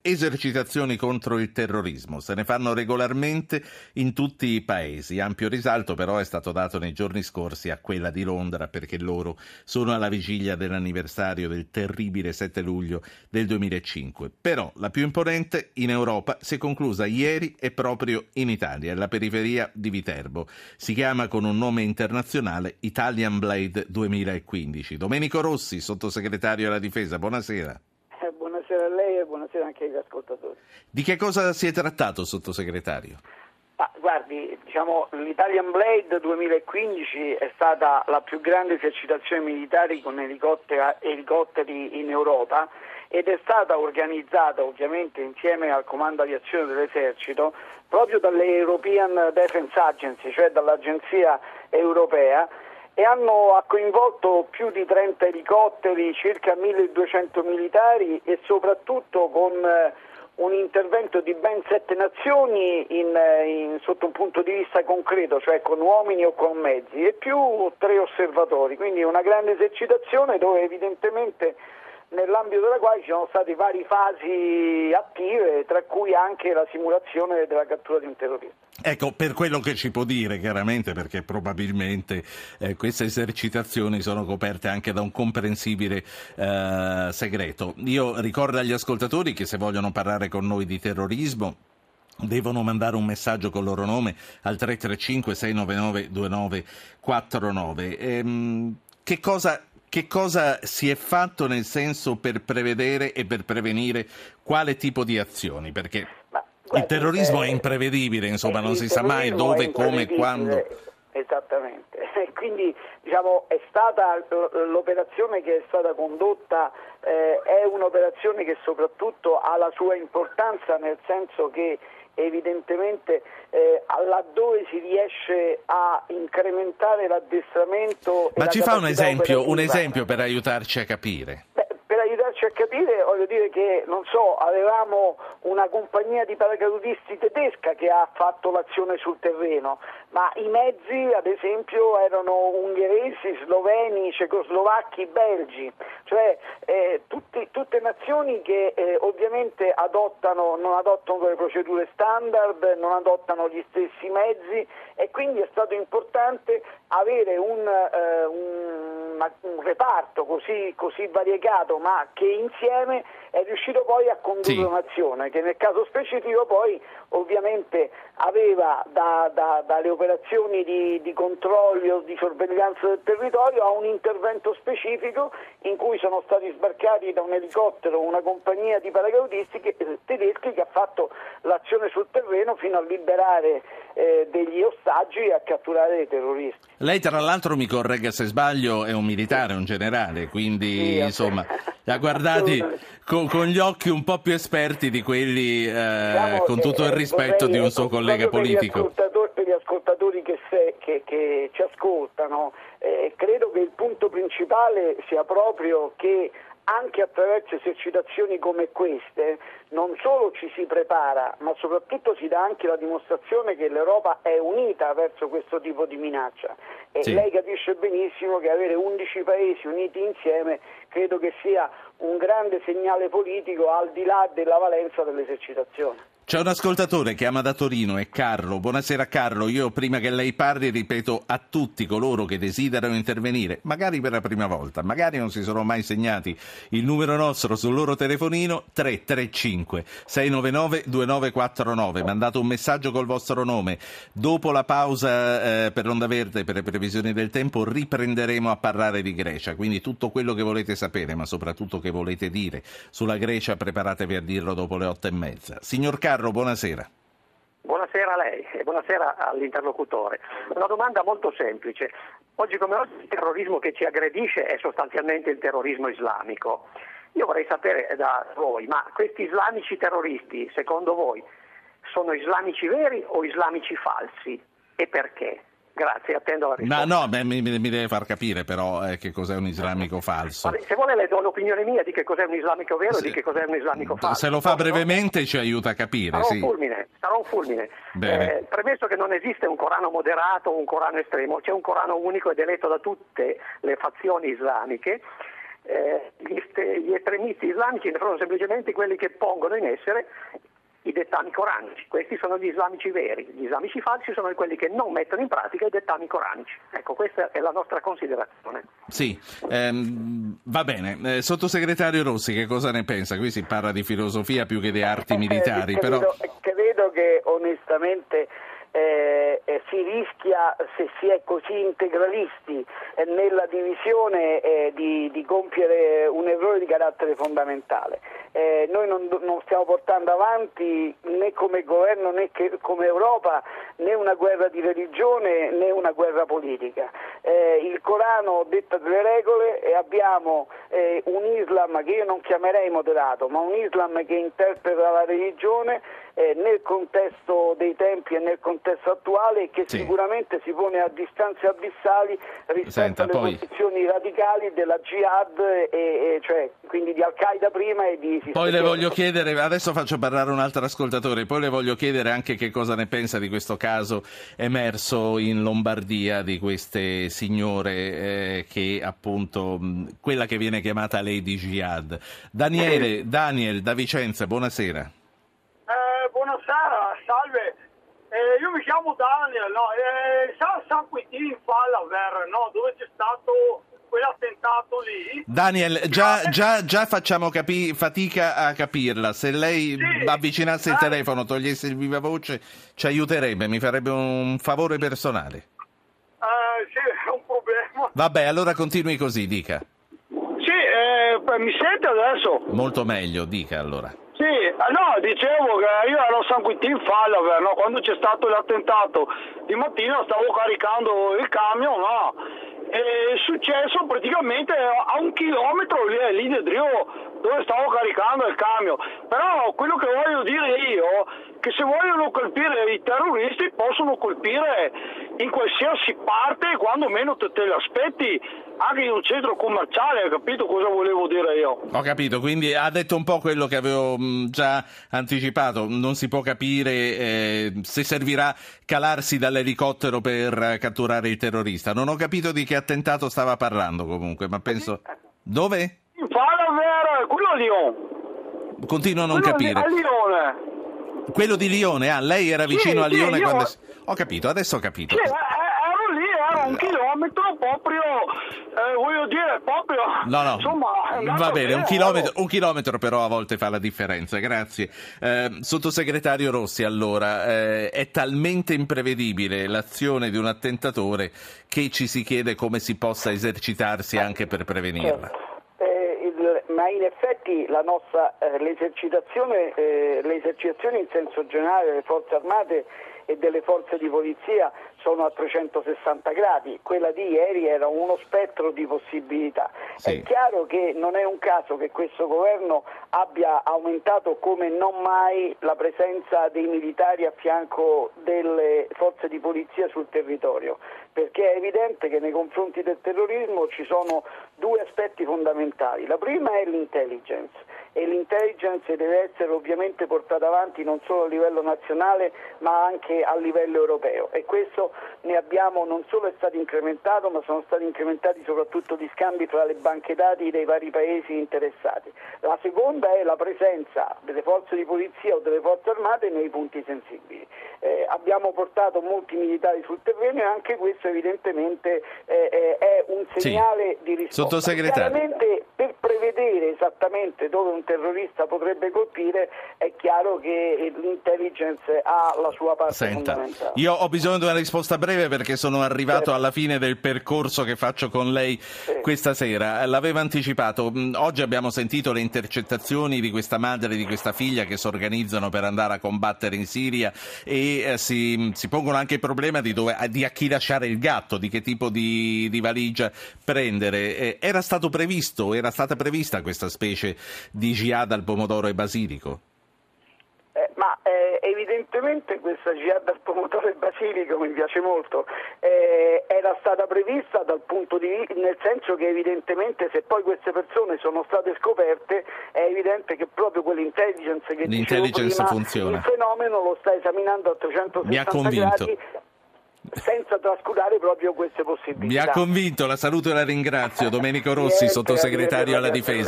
Esercitazioni contro il terrorismo, se ne fanno regolarmente in tutti i paesi. Ampio risalto però è stato dato nei giorni scorsi a quella di Londra, perché loro sono alla vigilia dell'anniversario del terribile 7 luglio del 2005. Però la più imponente in Europa si è conclusa ieri e proprio in Italia, alla periferia di Viterbo. Si chiama con un nome internazionale Italian Blade 2015. Domenico Rossi, sottosegretario alla Difesa, buonasera. Buonasera a lei e buonasera anche agli ascoltatori. Di che cosa si è trattato, sottosegretario? Guardi, l'Italian Blade 2015 è stata la più grande esercitazione militare con elicotteri in Europa ed è stata organizzata ovviamente insieme al Comando Aviazione dell'Esercito proprio dalle European Defence Agency, cioè dall'Agenzia Europea, e ha coinvolto più di 30 elicotteri, circa 1200 militari e soprattutto con un intervento di ben 7 nazioni sotto un punto di vista concreto, cioè con uomini o con mezzi, e più 3 osservatori, quindi una grande esercitazione dove evidentemente nell'ambito della quale ci sono state varie fasi attive, tra cui anche la simulazione della cattura di un terrorista. Ecco, per quello che ci può dire, chiaramente, perché probabilmente queste esercitazioni sono coperte anche da un comprensibile segreto. Io ricordo agli ascoltatori che se vogliono parlare con noi di terrorismo devono mandare un messaggio con il loro nome al 335 699 2949. Che cosa si è fatto nel senso per prevedere e per prevenire quale tipo di azioni? Perché il terrorismo è imprevedibile, insomma, non si sa mai dove, come, quando. Esattamente. Quindi è stata l'operazione che è stata condotta, è un'operazione che soprattutto ha la sua importanza, nel senso che evidentemente laddove si riesce a incrementare l'addestramento. Ma ci fa un esempio per aiutarci a capire? Per aiutarci a capire, voglio dire che, avevamo una compagnia di paracadutisti tedesca che ha fatto l'azione sul terreno, ma i mezzi, ad esempio, erano ungheresi, sloveni, cecoslovacchi, belgi, cioè tutte nazioni che ovviamente non adottano le procedure standard, non adottano gli stessi mezzi, e quindi è stato importante avere un reparto così variegato, ma che insieme è riuscito poi a condurre un'azione che nel caso specifico poi ovviamente aveva dalle operazioni di controllo, di sorveglianza del territorio, a un intervento specifico in cui sono stati sbarcati da un elicottero una compagnia di paracadutisti tedeschi che ha fatto l'azione sul terreno fino a liberare degli ostaggi e a catturare dei terroristi. Lei, tra l'altro, mi corregga se sbaglio, è un militare, un generale, quindi insomma li ha guardati con gli occhi un po' più esperti di quelli, con tutto il rispetto di un suo collega politico. Per gli ascoltatori che ci ascoltano, credo che il punto principale sia proprio che anche attraverso esercitazioni come queste non solo ci si prepara, ma soprattutto si dà anche la dimostrazione che l'Europa è unita verso questo tipo di minaccia. E lei capisce benissimo che avere 11 paesi uniti insieme credo che sia un grande segnale politico, al di là della valenza dell'esercitazione. C'è un ascoltatore che ama da Torino, è Carlo. Buonasera Carlo, io prima che lei parli ripeto a tutti coloro che desiderano intervenire, magari per la prima volta, magari non si sono mai segnati il numero nostro sul loro telefonino, 335 699 2949. Mandate un messaggio col vostro nome. Dopo la pausa per l'Onda Verde, per le previsioni del tempo, riprenderemo a parlare di Grecia, quindi tutto quello che volete sapere, ma soprattutto che volete dire sulla Grecia, preparatevi a dirlo dopo le 8:30. Signor Carlo, buonasera. Buonasera a lei e buonasera all'interlocutore. Una domanda molto semplice. Oggi come oggi il terrorismo che ci aggredisce è sostanzialmente il terrorismo islamico. Io vorrei sapere da voi, ma questi islamici terroristi, secondo voi, sono islamici veri o islamici falsi? E perché? Grazie, attendo la risposta. No, mi deve far capire però che cos'è un islamico falso. Se vuole le do l'opinione mia di che cos'è un islamico vero e di che cos'è un islamico falso. Se lo fa brevemente ci aiuta a capire. Sarò un fulmine. Premesso che non esiste un Corano moderato o un Corano estremo, c'è un Corano unico ed eletto da tutte le fazioni islamiche, gli estremisti islamici sono semplicemente quelli che pongono in essere i dettami coranici. Questi sono gli islamici veri, gli islamici falsi sono quelli che non mettono in pratica i dettami coranici. Ecco, questa è la nostra considerazione. Sì, va bene. Sottosegretario Rossi, che cosa ne pensa? Qui si parla di filosofia più che di arti militari, però... Credo che onestamente si rischia, se si è così integralisti nella divisione, di compiere un errore di carattere fondamentale. Noi non stiamo portando avanti né come governo né come Europa né una guerra di religione né una guerra politica. Il Corano detta delle regole e abbiamo un Islam che io non chiamerei moderato, ma un Islam che interpreta la religione nel contesto dei tempi e nel contesto attuale, che sicuramente si pone a distanze abissali rispetto alle posizioni radicali della Jihad, cioè quindi di Al-Qaeda prima e di ISIS. Poi le voglio chiedere, adesso faccio parlare un altro ascoltatore, poi le voglio chiedere anche che cosa ne pensa di questo caso emerso in Lombardia di queste signore che appunto, quella che viene chiamata Lady Jihad. Daniel da Vicenza, buonasera. Buonasera, salve. Io mi chiamo Daniel, no? Sa San Quintin in Falaver, no? Dove c'è stato quell'attentato lì? Daniel, già facciamo fatica a capirla. Se lei avvicinasse il telefono, togliesse il viva voce, ci aiuterebbe, mi farebbe un favore personale. Sì, è un problema. Vabbè, allora continui così, dica. Sì, mi sente adesso? Molto meglio, dica allora. Sì, no, dicevo che io ero a San Quintin Falaver, no? Quando c'è stato l'attentato di mattina stavo caricando il camion, no? E è successo praticamente a 1 chilometro lì di Drio, dove stavo caricando il camion. Però quello che voglio dire io è che se vogliono colpire i terroristi possono colpire in qualsiasi parte quando meno te l'aspetti, anche in un centro commerciale. Hai capito cosa volevo dire io? Ho capito, quindi ha detto un po' quello che avevo già anticipato. Non si può capire se servirà calarsi dall'elicottero per catturare il terrorista. Non ho capito di che attentato stava parlando comunque, ma penso... Dove? In Falaver, quello a Lione. Continuo a non capire. A Lione. Quello di Lione, lei era vicino a Lione io... quando... Ho capito, adesso ho capito. Sì, ero lì, era 1 chilometro proprio, voglio dire, proprio... No, insomma, va bene, un chilometro però a volte fa la differenza, grazie. Sottosegretario Rossi, allora, è talmente imprevedibile l'azione di un attentatore che ci si chiede come si possa esercitarsi anche per prevenirla. Ma in effetti la nostra le esercitazioni in senso generale delle forze armate e delle forze di polizia sono a 360 gradi, quella di ieri era uno spettro di possibilità. Sì. È chiaro che non è un caso che questo governo abbia aumentato come non mai la presenza dei militari a fianco delle forze di polizia sul territorio, perché è evidente che nei confronti del terrorismo ci sono 2 aspetti fondamentali. La prima è l'intelligence, e l'intelligence deve essere ovviamente portata avanti non solo a livello nazionale ma anche a livello europeo, e questo ne abbiamo, non solo è stato incrementato, ma sono stati incrementati soprattutto gli scambi fra le banche dati dei vari paesi interessati. La seconda è la presenza delle forze di polizia o delle forze armate nei punti sensibili. Abbiamo portato molti militari sul terreno e anche questo evidentemente è un segnale di risposta. Sottosegretario. Chiaramente per prevedere esattamente dove un terrorista potrebbe colpire è chiaro che l'intelligence ha la sua parte fondamentale. Io ho bisogno di una risposta breve perché sono arrivato alla fine del percorso che faccio con lei questa sera. L'avevo anticipato. Oggi abbiamo sentito le intercettazioni di questa madre e di questa figlia che si organizzano per andare a combattere in Siria e si pongono anche il problema di a chi lasciare il gatto, di che tipo di valigia prendere. Era stata prevista questa specie di jihad al pomodoro e basilico? Evidentemente questa jihad al pomodoro e basilico mi piace molto, era stata prevista nel senso che evidentemente se poi queste persone sono state scoperte è evidente che proprio quell'intelligence che dicevo prima, funziona. Il fenomeno lo sta esaminando a 360 Mi ha convinto. gradi. senza trascurare proprio queste possibilità. Mi ha convinto, la saluto e la ringrazio. Domenico Rossi, sottosegretario alla Difesa.